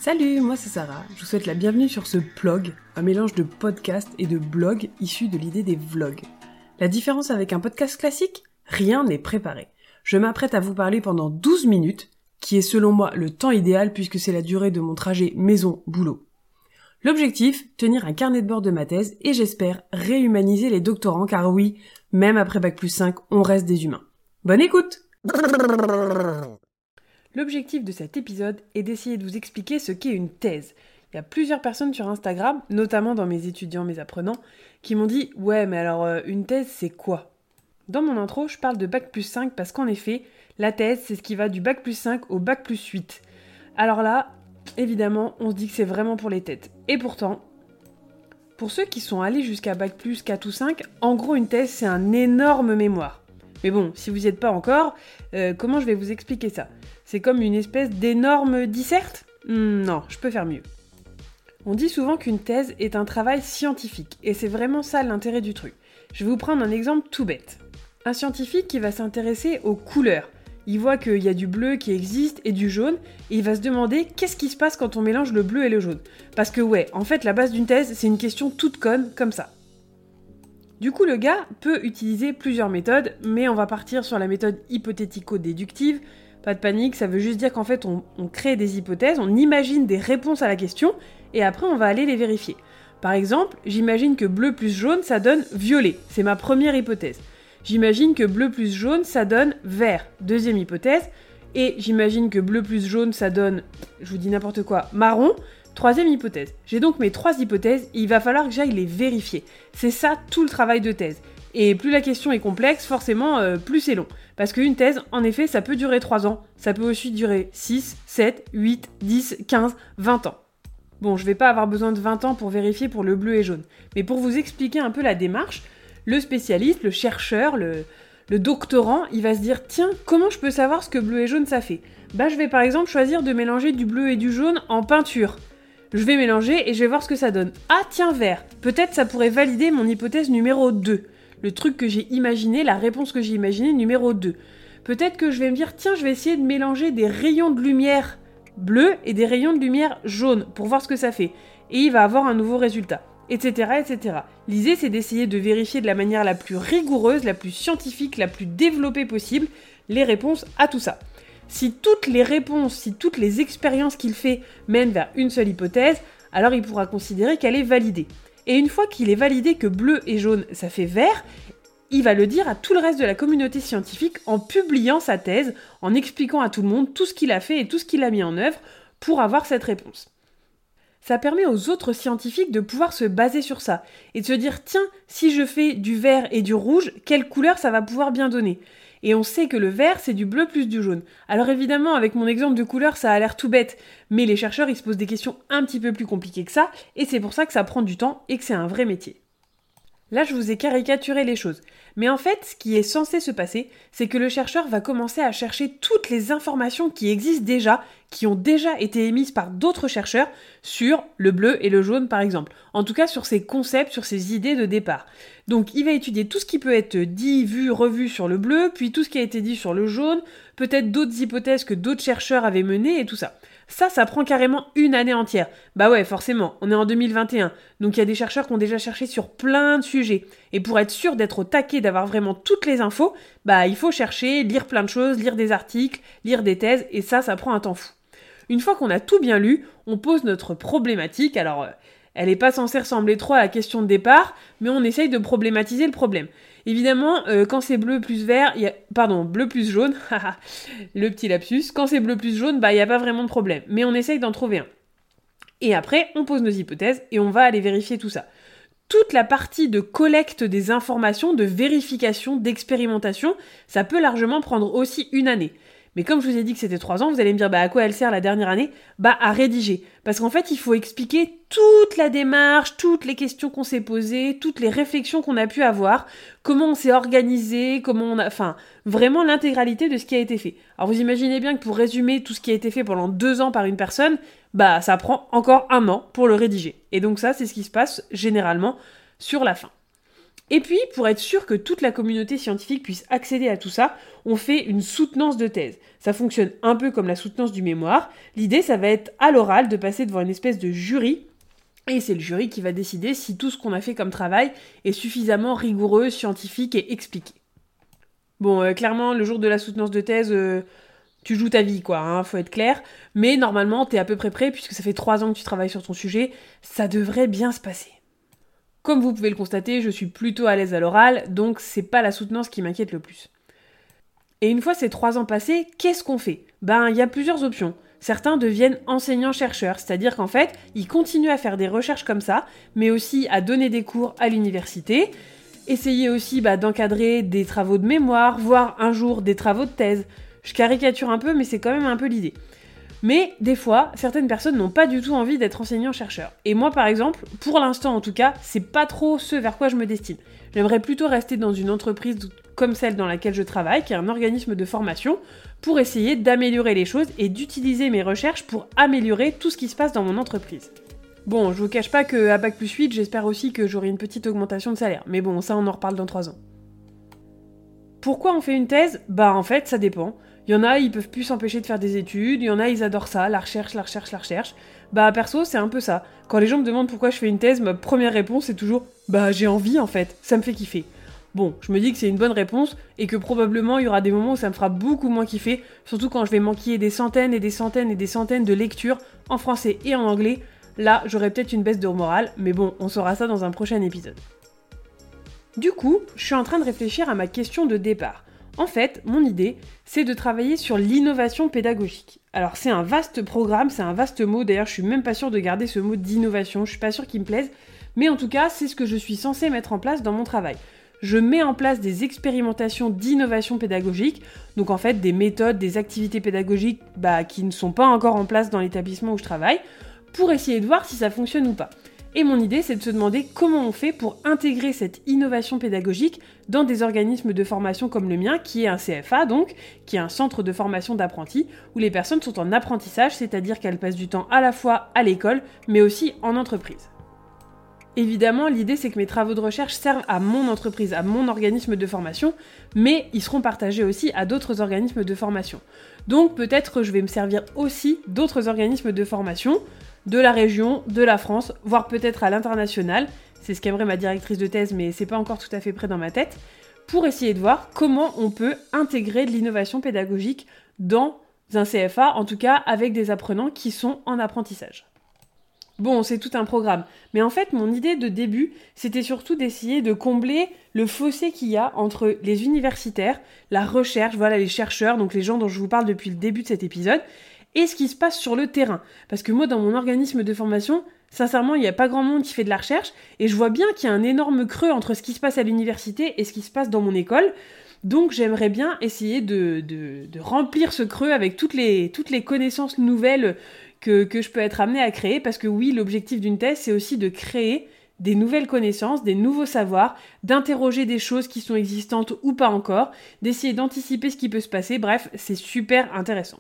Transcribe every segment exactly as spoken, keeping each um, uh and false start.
Salut, moi c'est Sarah, je vous souhaite la bienvenue sur ce plog, un mélange de podcast et de blog issu de l'idée des vlogs. La différence avec un podcast classique ? Rien n'est préparé. Je m'apprête à vous parler pendant douze minutes, qui est selon moi le temps idéal puisque c'est la durée de mon trajet maison-boulot. L'objectif, tenir un carnet de bord de ma thèse et j'espère réhumaniser les doctorants car oui, même après bac plus cinq, on reste des humains. Bonne écoute! L'objectif de cet épisode est d'essayer de vous expliquer ce qu'est une thèse. Il y a plusieurs personnes sur Instagram, notamment dans mes étudiants, mes apprenants, qui m'ont dit « Ouais, mais alors euh, une thèse, c'est quoi ?» Dans mon intro, je parle de bac plus cinq parce qu'en effet, la thèse, c'est ce qui va du bac plus cinq au bac plus huit. Alors là, évidemment, on se dit que c'est vraiment pour les têtes. Et pourtant, pour ceux qui sont allés jusqu'à bac plus quatre ou cinq, en gros, une thèse, c'est un énorme mémoire. Mais bon, si vous n'y êtes pas encore, euh, comment je vais vous expliquer ça ? C'est comme une espèce d'énorme disserte ? hmm, Non, je peux faire mieux. On dit souvent qu'une thèse est un travail scientifique, et c'est vraiment ça l'intérêt du truc. Je vais vous prendre un exemple tout bête. Un scientifique qui va s'intéresser aux couleurs. Il voit qu'il y a du bleu qui existe et du jaune, et il va se demander qu'est-ce qui se passe quand on mélange le bleu et le jaune. Parce que ouais, en fait, la base d'une thèse, c'est une question toute conne, comme ça. Du coup, le gars peut utiliser plusieurs méthodes, mais on va partir sur la méthode hypothético-déductive. Pas de panique, ça veut juste dire qu'en fait, on, on crée des hypothèses, on imagine des réponses à la question, et après, on va aller les vérifier. Par exemple, j'imagine que bleu plus jaune, ça donne violet. C'est ma première hypothèse. J'imagine que bleu plus jaune, ça donne vert. Deuxième hypothèse. Et j'imagine que bleu plus jaune, ça donne, je vous dis n'importe quoi, marron. Troisième hypothèse. J'ai donc mes trois hypothèses et il va falloir que j'aille les vérifier. C'est ça tout le travail de thèse. Et plus la question est complexe, forcément, euh, plus c'est long. Parce qu'une thèse, en effet, ça peut durer trois ans. Ça peut aussi durer six, sept, huit, dix, quinze, vingt ans. Bon, je vais pas avoir besoin de vingt ans pour vérifier pour le bleu et jaune. Mais pour vous expliquer un peu la démarche, le spécialiste, le chercheur, le, le doctorant, il va se dire « Tiens, comment je peux savoir ce que bleu et jaune ça fait ?» Bah, je vais par exemple choisir de mélanger du bleu et du jaune en peinture. Je vais mélanger et je vais voir ce que ça donne. Ah tiens, vert. Peut-être ça pourrait valider mon hypothèse numéro deux. Le truc que j'ai imaginé, la réponse que j'ai imaginée numéro deux. Peut-être que je vais me dire, tiens, je vais essayer de mélanger des rayons de lumière bleus et des rayons de lumière jaunes pour voir ce que ça fait. Et il va avoir un nouveau résultat, et cetera, et cetera. L'idée, c'est d'essayer de vérifier de la manière la plus rigoureuse, la plus scientifique, la plus développée possible, les réponses à tout ça. Si toutes les réponses, si toutes les expériences qu'il fait mènent vers une seule hypothèse, alors il pourra considérer qu'elle est validée. Et une fois qu'il est validé que bleu et jaune, ça fait vert, il va le dire à tout le reste de la communauté scientifique en publiant sa thèse, en expliquant à tout le monde tout ce qu'il a fait et tout ce qu'il a mis en œuvre pour avoir cette réponse. Ça permet aux autres scientifiques de pouvoir se baser sur ça et de se dire « Tiens, si je fais du vert et du rouge, quelle couleur ça va pouvoir bien donner ?» Et on sait que le vert, c'est du bleu plus du jaune. Alors évidemment, avec mon exemple de couleur, ça a l'air tout bête, mais les chercheurs, ils se posent des questions un petit peu plus compliquées que ça, et c'est pour ça que ça prend du temps et que c'est un vrai métier. Là, je vous ai caricaturé les choses. Mais en fait, ce qui est censé se passer, c'est que le chercheur va commencer à chercher toutes les informations qui existent déjà, qui ont déjà été émises par d'autres chercheurs sur le bleu et le jaune, par exemple. En tout cas, sur ces concepts, sur ces idées de départ. Donc, il va étudier tout ce qui peut être dit, vu, revu sur le bleu, puis tout ce qui a été dit sur le jaune, peut-être d'autres hypothèses que d'autres chercheurs avaient menées et tout ça. Ça, ça prend carrément une année entière. Bah ouais, forcément, on est en deux mille vingt et un, donc il y a des chercheurs qui ont déjà cherché sur plein de sujets. Et pour être sûr d'être au taquet, d'avoir vraiment toutes les infos, bah il faut chercher, lire plein de choses, lire des articles, lire des thèses, et ça, ça prend un temps fou. Une fois qu'on a tout bien lu, on pose notre problématique, alors euh, elle n'est pas censée ressembler trop à la question de départ, mais on essaye de problématiser le problème. Évidemment, euh, quand c'est bleu plus vert, y a... pardon, bleu plus jaune, le petit lapsus, quand c'est bleu plus jaune, bah il n'y a pas vraiment de problème, mais on essaye d'en trouver un. Et après, on pose nos hypothèses et on va aller vérifier tout ça. Toute la partie de collecte des informations, de vérification, d'expérimentation, ça peut largement prendre aussi une année. Mais comme je vous ai dit que c'était trois ans, vous allez me dire, bah à quoi elle sert la dernière année ? Bah à rédiger. Parce qu'en fait, il faut expliquer toute la démarche, toutes les questions qu'on s'est posées, toutes les réflexions qu'on a pu avoir, comment on s'est organisé, comment on a... Enfin, vraiment l'intégralité de ce qui a été fait. Alors vous imaginez bien que pour résumer tout ce qui a été fait pendant deux ans par une personne, bah ça prend encore un an pour le rédiger. Et donc ça, c'est ce qui se passe généralement sur la fin. Et puis, pour être sûr que toute la communauté scientifique puisse accéder à tout ça, on fait une soutenance de thèse. Ça fonctionne un peu comme la soutenance du mémoire. L'idée, ça va être à l'oral de passer devant une espèce de jury. Et c'est le jury qui va décider si tout ce qu'on a fait comme travail est suffisamment rigoureux, scientifique et expliqué. Bon, euh, clairement, le jour de la soutenance de thèse, euh, tu joues ta vie, quoi, hein, faut être clair. Mais normalement, t'es à peu près prêt, puisque ça fait trois ans que tu travailles sur ton sujet, ça devrait bien se passer. Comme vous pouvez le constater, je suis plutôt à l'aise à l'oral, donc c'est pas la soutenance qui m'inquiète le plus. Et une fois ces trois ans passés, qu'est-ce qu'on fait ? Ben, il y a plusieurs options. Certains deviennent enseignants-chercheurs, c'est-à-dire qu'en fait, ils continuent à faire des recherches comme ça, mais aussi à donner des cours à l'université, essayer aussi bah, d'encadrer des travaux de mémoire, voire un jour des travaux de thèse. Je caricature un peu, mais c'est quand même un peu l'idée. Mais des fois, certaines personnes n'ont pas du tout envie d'être enseignant-chercheur. Et moi, par exemple, pour l'instant en tout cas, c'est pas trop ce vers quoi je me destine. J'aimerais plutôt rester dans une entreprise comme celle dans laquelle je travaille, qui est un organisme de formation, pour essayer d'améliorer les choses et d'utiliser mes recherches pour améliorer tout ce qui se passe dans mon entreprise. Bon, je vous cache pas qu'à bac plus huit, j'espère aussi que j'aurai une petite augmentation de salaire. Mais bon, ça on en reparle dans trois ans. Pourquoi on fait une thèse ? Bah en fait, ça dépend. Il y en a, ils peuvent plus s'empêcher de faire des études, il y en a, ils adorent ça, la recherche, la recherche, la recherche. Bah perso, c'est un peu ça. Quand les gens me demandent pourquoi je fais une thèse, ma première réponse c'est toujours « Bah j'ai envie en fait, ça me fait kiffer ». Bon, je me dis que c'est une bonne réponse, et que probablement il y aura des moments où ça me fera beaucoup moins kiffer, surtout quand je vais manquer des centaines et des centaines et des centaines de lectures en français et en anglais. Là, j'aurai peut-être une baisse de morale, mais bon, on saura ça dans un prochain épisode. Du coup, je suis en train de réfléchir à ma question de départ. En fait, mon idée, c'est de travailler sur l'innovation pédagogique. Alors c'est un vaste programme, c'est un vaste mot, d'ailleurs je suis même pas sûre de garder ce mot d'innovation, je suis pas sûre qu'il me plaise, mais en tout cas, c'est ce que je suis censée mettre en place dans mon travail. Je mets en place des expérimentations d'innovation pédagogique, donc en fait des méthodes, des activités pédagogiques bah, qui ne sont pas encore en place dans l'établissement où je travaille, pour essayer de voir si ça fonctionne ou pas. Et mon idée, c'est de se demander comment on fait pour intégrer cette innovation pédagogique dans des organismes de formation comme le mien, qui est un C F A donc, qui est un centre de formation d'apprentis, où les personnes sont en apprentissage, c'est-à-dire qu'elles passent du temps à la fois à l'école, mais aussi en entreprise. Évidemment, l'idée c'est que mes travaux de recherche servent à mon entreprise, à mon organisme de formation, mais ils seront partagés aussi à d'autres organismes de formation. Donc peut-être je vais me servir aussi d'autres organismes de formation, de la région, de la France, voire peut-être à l'international, c'est ce qu'aimerait ma directrice de thèse, mais c'est pas encore tout à fait près dans ma tête, pour essayer de voir comment on peut intégrer de l'innovation pédagogique dans un C F A, en tout cas avec des apprenants qui sont en apprentissage. Bon, c'est tout un programme, mais en fait, mon idée de début, c'était surtout d'essayer de combler le fossé qu'il y a entre les universitaires, la recherche, voilà, les chercheurs, donc les gens dont je vous parle depuis le début de cet épisode, et ce qui se passe sur le terrain. Parce que moi, dans mon organisme de formation, sincèrement, il n'y a pas grand monde qui fait de la recherche, et je vois bien qu'il y a un énorme creux entre ce qui se passe à l'université et ce qui se passe dans mon école. Donc j'aimerais bien essayer de, de, de remplir ce creux avec toutes les, toutes les connaissances nouvelles que, que je peux être amenée à créer, parce que oui, l'objectif d'une thèse, c'est aussi de créer des nouvelles connaissances, des nouveaux savoirs, d'interroger des choses qui sont existantes ou pas encore, d'essayer d'anticiper ce qui peut se passer, bref, c'est super intéressant.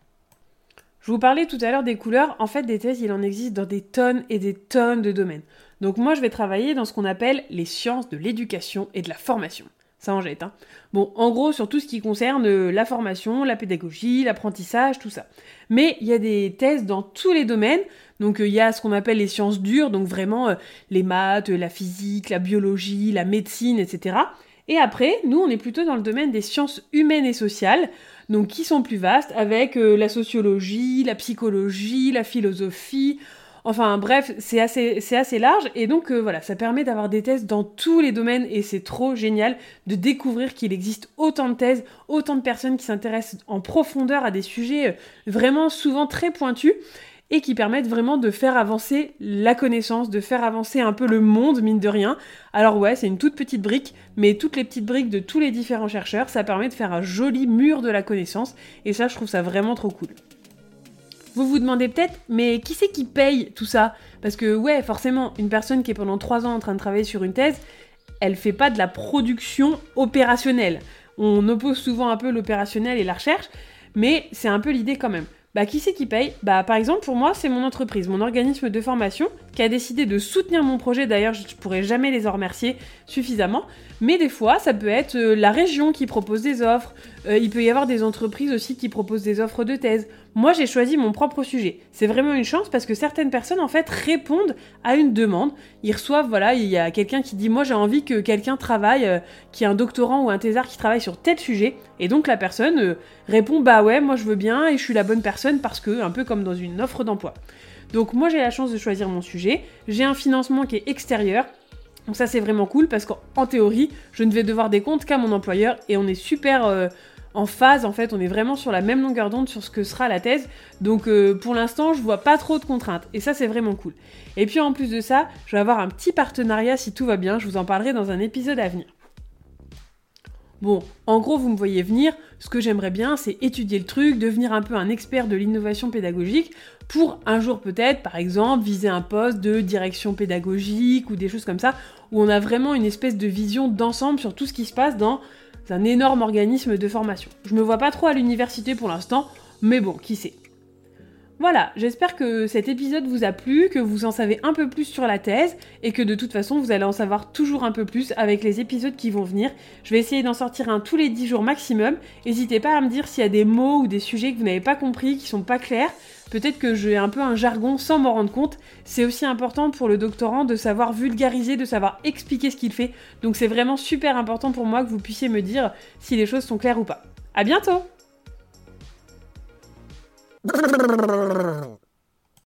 Je vous parlais tout à l'heure des couleurs, en fait des thèses il en existe dans des tonnes et des tonnes de domaines. Donc moi je vais travailler dans ce qu'on appelle les sciences de l'éducation et de la formation. Ça en jette, hein. Bon, en gros sur tout ce qui concerne la formation, la pédagogie, l'apprentissage, tout ça. Mais il y a des thèses dans tous les domaines, donc il euh, y a ce qu'on appelle les sciences dures, donc vraiment euh, les maths, la physique, la biologie, la médecine, et cetera. Et après, nous on est plutôt dans le domaine des sciences humaines et sociales, donc qui sont plus vastes, avec euh, la sociologie, la psychologie, la philosophie, enfin bref, c'est assez, c'est assez large, et donc euh, voilà, ça permet d'avoir des thèses dans tous les domaines, et c'est trop génial de découvrir qu'il existe autant de thèses, autant de personnes qui s'intéressent en profondeur à des sujets euh, vraiment souvent très pointus, et qui permettent vraiment de faire avancer la connaissance, de faire avancer un peu le monde, mine de rien. Alors ouais, c'est une toute petite brique, mais toutes les petites briques de tous les différents chercheurs, ça permet de faire un joli mur de la connaissance, et ça, je trouve ça vraiment trop cool. Vous vous demandez peut-être, mais qui c'est qui paye tout ça ? Parce que ouais, forcément, une personne qui est pendant trois ans en train de travailler sur une thèse, elle fait pas de la production opérationnelle. On oppose souvent un peu l'opérationnel et la recherche, mais c'est un peu l'idée quand même. Bah qui c'est qui paye ? Bah par exemple pour moi c'est mon entreprise, mon organisme de formation qui a décidé de soutenir mon projet. D'ailleurs, je ne pourrais jamais les en remercier suffisamment. Mais des fois, ça peut être euh, la région qui propose des offres. Euh, il peut y avoir des entreprises aussi qui proposent des offres de thèse. Moi, j'ai choisi mon propre sujet. C'est vraiment une chance parce que certaines personnes, en fait, répondent à une demande. Ils reçoivent, voilà, il y a quelqu'un qui dit « Moi, j'ai envie que quelqu'un travaille, euh, qui est un doctorant ou un thésard qui travaille sur tel sujet. » Et donc, la personne euh, répond « Bah ouais, moi, je veux bien et je suis la bonne personne parce que, un peu comme dans une offre d'emploi. » Donc, moi, j'ai la chance de choisir mon sujet. J'ai un financement qui est extérieur. Donc ça, c'est vraiment cool parce qu'en théorie, je ne vais devoir des comptes qu'à mon employeur et on est super euh, en phase, en fait, on est vraiment sur la même longueur d'onde sur ce que sera la thèse. Donc euh, pour l'instant, je vois pas trop de contraintes et ça, c'est vraiment cool. Et puis en plus de ça, je vais avoir un petit partenariat si tout va bien, je vous en parlerai dans un épisode à venir. Bon, en gros, vous me voyez venir, ce que j'aimerais bien, c'est étudier le truc, devenir un peu un expert de l'innovation pédagogique, pour un jour peut-être, par exemple, viser un poste de direction pédagogique ou des choses comme ça, où on a vraiment une espèce de vision d'ensemble sur tout ce qui se passe dans un énorme organisme de formation. Je me vois pas trop à l'université pour l'instant, mais bon, qui sait. Voilà, j'espère que cet épisode vous a plu, que vous en savez un peu plus sur la thèse, et que de toute façon vous allez en savoir toujours un peu plus avec les épisodes qui vont venir. Je vais essayer d'en sortir un tous les dix jours maximum. N'hésitez pas à me dire s'il y a des mots ou des sujets que vous n'avez pas compris, qui sont pas clairs. Peut-être que j'ai un peu un jargon sans m'en rendre compte. C'est aussi important pour le doctorant de savoir vulgariser, de savoir expliquer ce qu'il fait. Donc c'est vraiment super important pour moi que vous puissiez me dire si les choses sont claires ou pas. À bientôt!